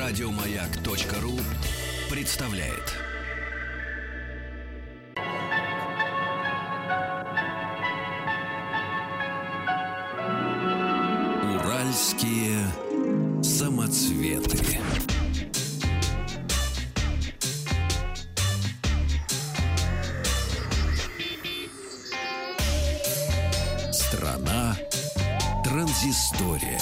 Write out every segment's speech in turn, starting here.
Радиомаяк.ру представляет. Уральские самоцветы. Страна транзистория.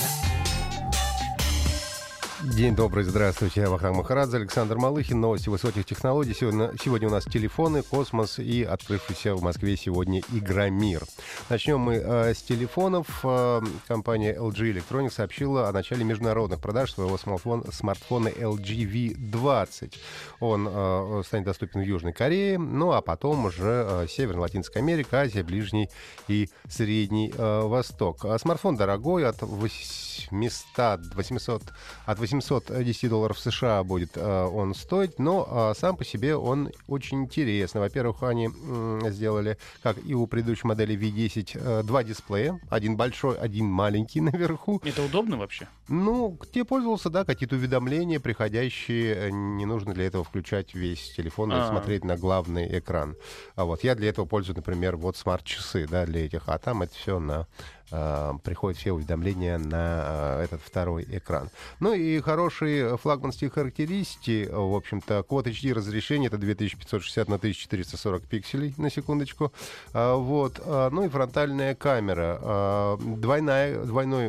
День добрый, здравствуйте, я Вахтанг Махарадзе, Александр Малыхин, новости высоких технологий. Сегодня у нас телефоны, космос и открывшийся в Москве сегодня Игромир. Начнем мы с телефонов. Компания LG Electronics сообщила о начале международных продаж своего смартфона LG V20. Он станет доступен в Южной Корее, ну а потом уже Северо-Латинская Америка, Азия, Ближний и Средний Восток. Смартфон дорогой, от $810 США будет он стоить, но сам по себе он очень интересный. Во-первых, они сделали, как и у предыдущей модели V10, два дисплея. Один большой, один маленький наверху. Это удобно вообще? Ну, те пользовался, да, какие-то уведомления приходящие. Не нужно для этого включать весь телефон и смотреть на главный экран. Вот. Я для этого пользуюсь, например, вот смарт-часы, да, для этих. А там это все приходят все уведомления на этот второй экран. Ну и хорошие флагманские характеристики. В общем-то, Quad HD разрешение — это 2560 на 1440 пикселей, на секундочку. Вот. Ну и фронтальная камера. Двойная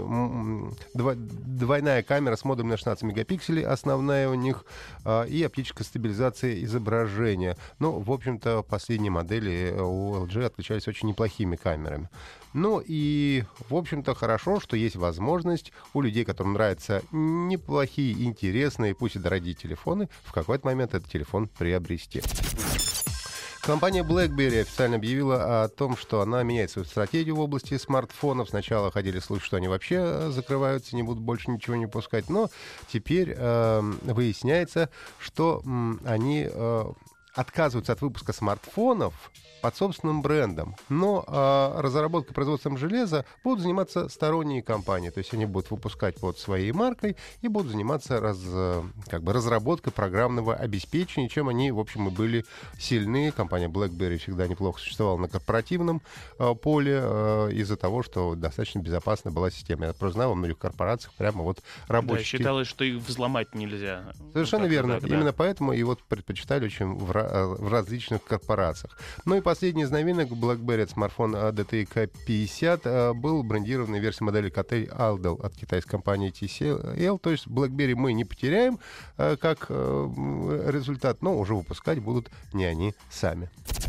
камера с модулем на 16 мегапикселей, основная у них, и оптическая стабилизация изображения. Ну, в общем-то, последние модели у LG отличались очень неплохими камерами. Ну и, в общем-то, хорошо, что есть возможность у людей, которым нравятся неплохие, интересные, пусть и дорогие телефоны, в какой-то момент этот телефон приобрести. Компания BlackBerry официально объявила о том, что она меняет свою стратегию в области смартфонов. Сначала ходили слухи, что они вообще закрываются, не будут больше ничего не пускать. Но теперь выясняется, что они отказываются от выпуска смартфонов под собственным брендом. Но разработкой, производством железа будут заниматься сторонние компании. То есть они будут выпускать под своей маркой и будут заниматься разработкой программного обеспечения, чем они, в общем, и были сильны. Компания BlackBerry всегда неплохо существовала на корпоративном поле из-за того, что достаточно безопасна была система. Я просто знаю, во многих корпорациях прямо вот рабочие... Да, считалось, что их взломать нельзя. Совершенно верно. Да. Именно поэтому и вот предпочитали очень в различных корпорациях. Ну и последний из новинок BlackBerry, это смартфон DTI K50, был брендированной версией модели Kotel Aldel от китайской компании TCL. То есть BlackBerry мы не потеряем как результат, но уже выпускать будут не они сами.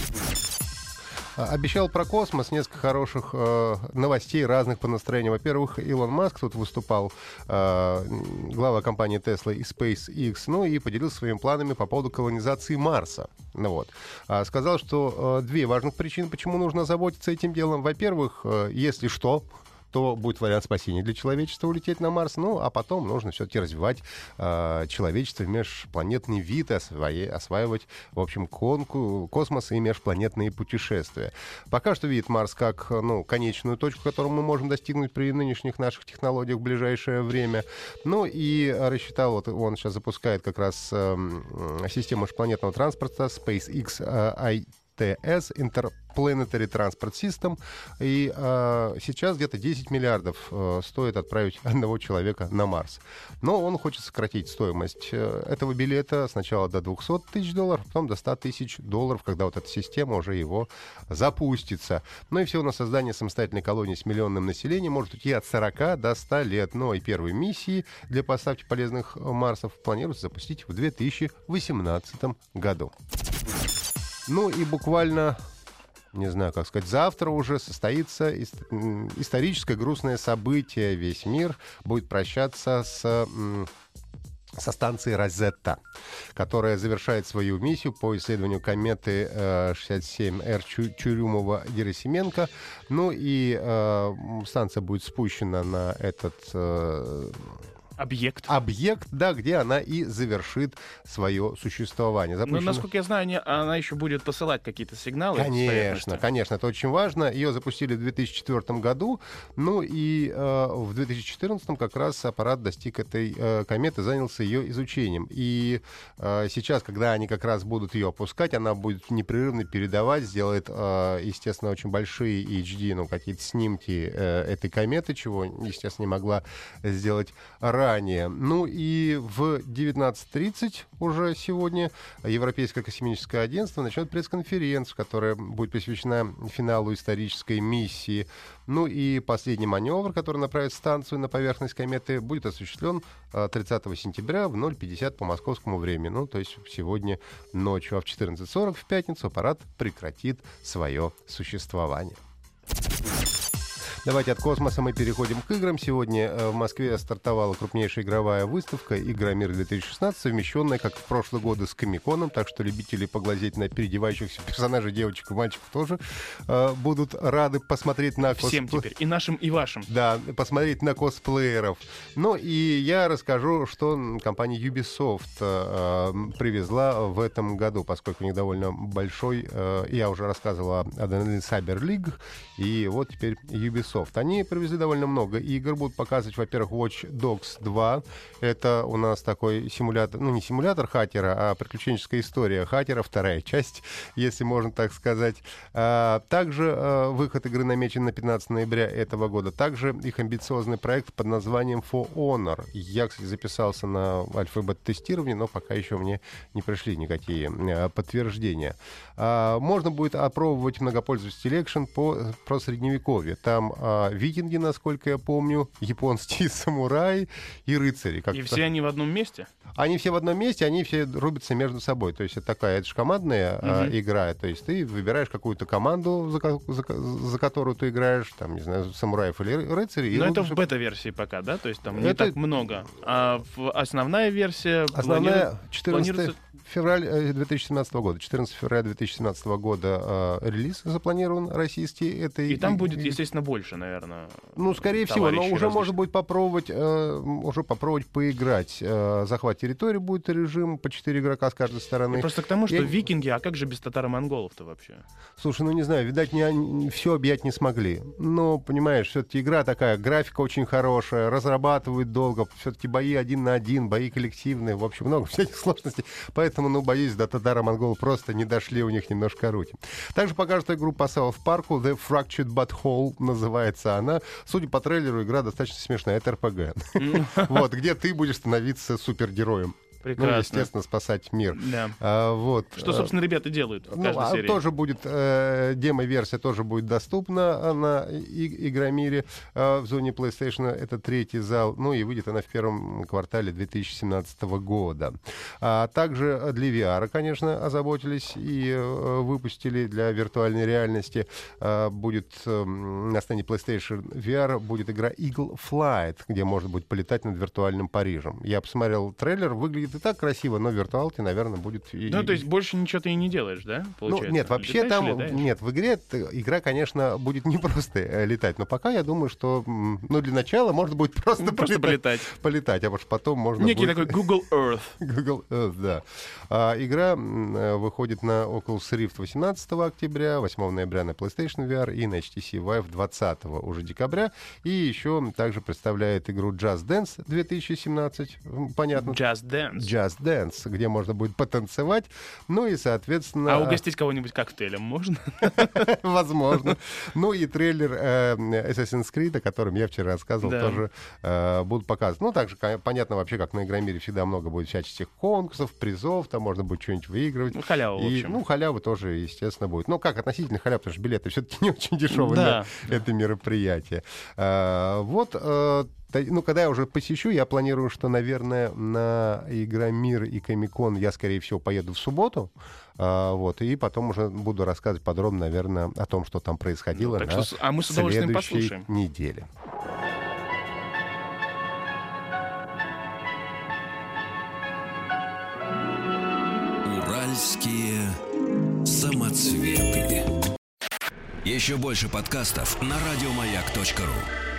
Обещал про космос несколько хороших новостей разных по настроению. Во-первых, Илон Маск тут выступал, глава компании Tesla и SpaceX, ну и поделился своими планами по поводу колонизации Марса. Ну, вот. Сказал, что две важных причины, почему нужно заботиться этим делом. Во-первых, если что, то будет вариант спасения для человечества — улететь на Марс. Ну, а потом нужно все-таки развивать человечество, межпланетный вид, осваивать, в общем, космос и межпланетные путешествия. Пока что видит Марс как, конечную точку, которую мы можем достигнуть при нынешних наших технологиях в ближайшее время. Ну, и рассчитал, вот он сейчас запускает как раз систему межпланетного транспорта SpaceX ITS, Interplanetary Transport System, и сейчас где-то 10 миллиардов стоит отправить одного человека на Марс. Но он хочет сократить стоимость этого билета сначала до $200 тысяч, потом до $100 тысяч, когда вот эта система уже его запустится. Ну и всего на создание самостоятельной колонии с миллионным населением может уйти от 40 до 100 лет. Ну и первые миссии для поставки полезных Марсов планируется запустить в 2018 году. Ну и буквально, не знаю, как сказать, завтра уже состоится историческое грустное событие. Весь мир будет прощаться со станцией Розетта, которая завершает свою миссию по исследованию кометы 67Р Чурюмова-Герасименко. Ну и станция будет спущена на этот Объект. да, где она и завершит свое существование. Но, насколько я знаю, она еще будет посылать какие-то сигналы. Конечно, это очень важно. Ее запустили в 2004 году, ну и в 2014 как раз аппарат достиг этой кометы, занялся ее изучением. И сейчас, когда они как раз будут ее опускать, она будет непрерывно передавать, сделает, естественно, очень большие HD, ну, какие-то снимки этой кометы, чего, естественно, не могла сделать ранее. Ну и в 19:30 уже сегодня Европейское космическое агентство начнет пресс-конференцию, которая будет посвящена финалу исторической миссии. Ну и последний маневр, который направит станцию на поверхность кометы, будет осуществлен 30 сентября в 0:50 по московскому времени. Ну, то есть сегодня ночью, а в 14:40 в пятницу аппарат прекратит свое существование. Давайте от космоса мы переходим к играм. Сегодня в Москве стартовала крупнейшая игровая выставка «Игромир-2016», совмещенная, как в прошлые годы, с Комиконом. Так что любители поглазеть на переодевающихся персонажей, девочек и мальчиков тоже будут рады посмотреть на Всем теперь, и нашим, и вашим. Да, посмотреть на косплееров. Ну и я расскажу, что компания Ubisoft привезла в этом году, поскольку у них довольно большой... Я уже рассказывал о Adrenaline Cyber League, и вот теперь Ubisoft. Они привезли довольно много игр. Будут показывать, во-первых, Watch Dogs 2. Это у нас такой симулятор, ну не симулятор хакера, а приключенческая история хакера, вторая часть, если можно так сказать. Также выход игры намечен на 15 ноября этого года. Также их амбициозный проект под названием For Honor. Я, кстати, записался на альфа-бета-тестирование, но пока еще мне не пришли никакие подтверждения. Можно будет опробовать многопользовательский экшен про средневековье. Там викинги, насколько я помню, японские самураи и рыцари. И все они в одном месте? Они все в одном месте, они все рубятся между собой. То есть это же командная игра. То есть ты выбираешь какую-то команду, за которую ты играешь, там, не знаю, самураев или рыцарей. Но это в бета-версии пока, да? То есть там не так много. А основная версия... Основная 14 февраля 2017 года. 14 февраля 2017 года релиз запланирован российский. И там будет, естественно, больше, наверное. Ну, скорее всего, но уже можно будет попробовать поиграть. Захват территории будет режим, по 4 игрока с каждой стороны. И просто к тому, что викинги, а как же без татаро-монголов-то вообще? Слушай, ну не знаю, видать, все объять не смогли. Но, понимаешь, все-таки игра такая, графика очень хорошая, разрабатывают долго, все-таки бои 1 на 1, бои коллективные, в общем, много всяких сложностей. Поэтому, боюсь, до татаро-монголов просто не дошли, у них немножко руки. Также покажут игру по South Park, The Fractured But Whole называется она. Судя по трейлеру, игра достаточно смешная. Это РПГ. Вот, где ты будешь становиться супергероем. Прекрасно. Ну, естественно, спасать мир. Да. Вот. Что, собственно, ребята делают в каждой серии. Тоже будет, демо-версия тоже будет доступна на Игромире в зоне PlayStation. Это 3-й зал. Ну и выйдет она в первом квартале 2017 года. Также для VR, конечно, озаботились и выпустили для виртуальной реальности. Будет на стенде PlayStation VR будет игра Eagle Flight, где можно будет полетать над виртуальным Парижем. Я посмотрел трейлер, выглядит и так красиво, но в виртуалке, наверное, будет... Ну, то есть больше ничего ты и не делаешь, да, получается? Ну, нет, вообще летаешь, там... Нет, в игре игра, конечно, будет не просто летать, но пока я думаю, что, для начала можно будет просто полетать. А уж потом можно Некий будет... такой Google Earth. Google Earth, да. Игра выходит на Oculus Rift 18 октября, 8 ноября на PlayStation VR и на HTC Vive 20 уже декабря. И еще также представляет игру Just Dance 2017. Понятно. Just Dance, где можно будет потанцевать. Ну и, соответственно... А угостить кого-нибудь коктейлем можно? Возможно. Ну и трейлер Assassin's Creed, о котором я вчера рассказывал, тоже будут показывать. Ну, также понятно вообще, как на Игромире всегда много будет всяческих конкурсов, призов, там можно будет что-нибудь выигрывать. Ну, халява, в общем. Халява тоже, естественно, будет. Ну, как относительно халява, потому что билеты все-таки не очень дешевые на это мероприятие. Вот... когда я уже посещу, я планирую, что, наверное, на Игромир и Комикон я, скорее всего, поеду в субботу. И потом уже буду рассказывать подробно, наверное, о том, что там происходило на мы с удовольствием следующей послушаем. неделе. Уральские самоцветы. Еще больше подкастов на радиомаяк.ру.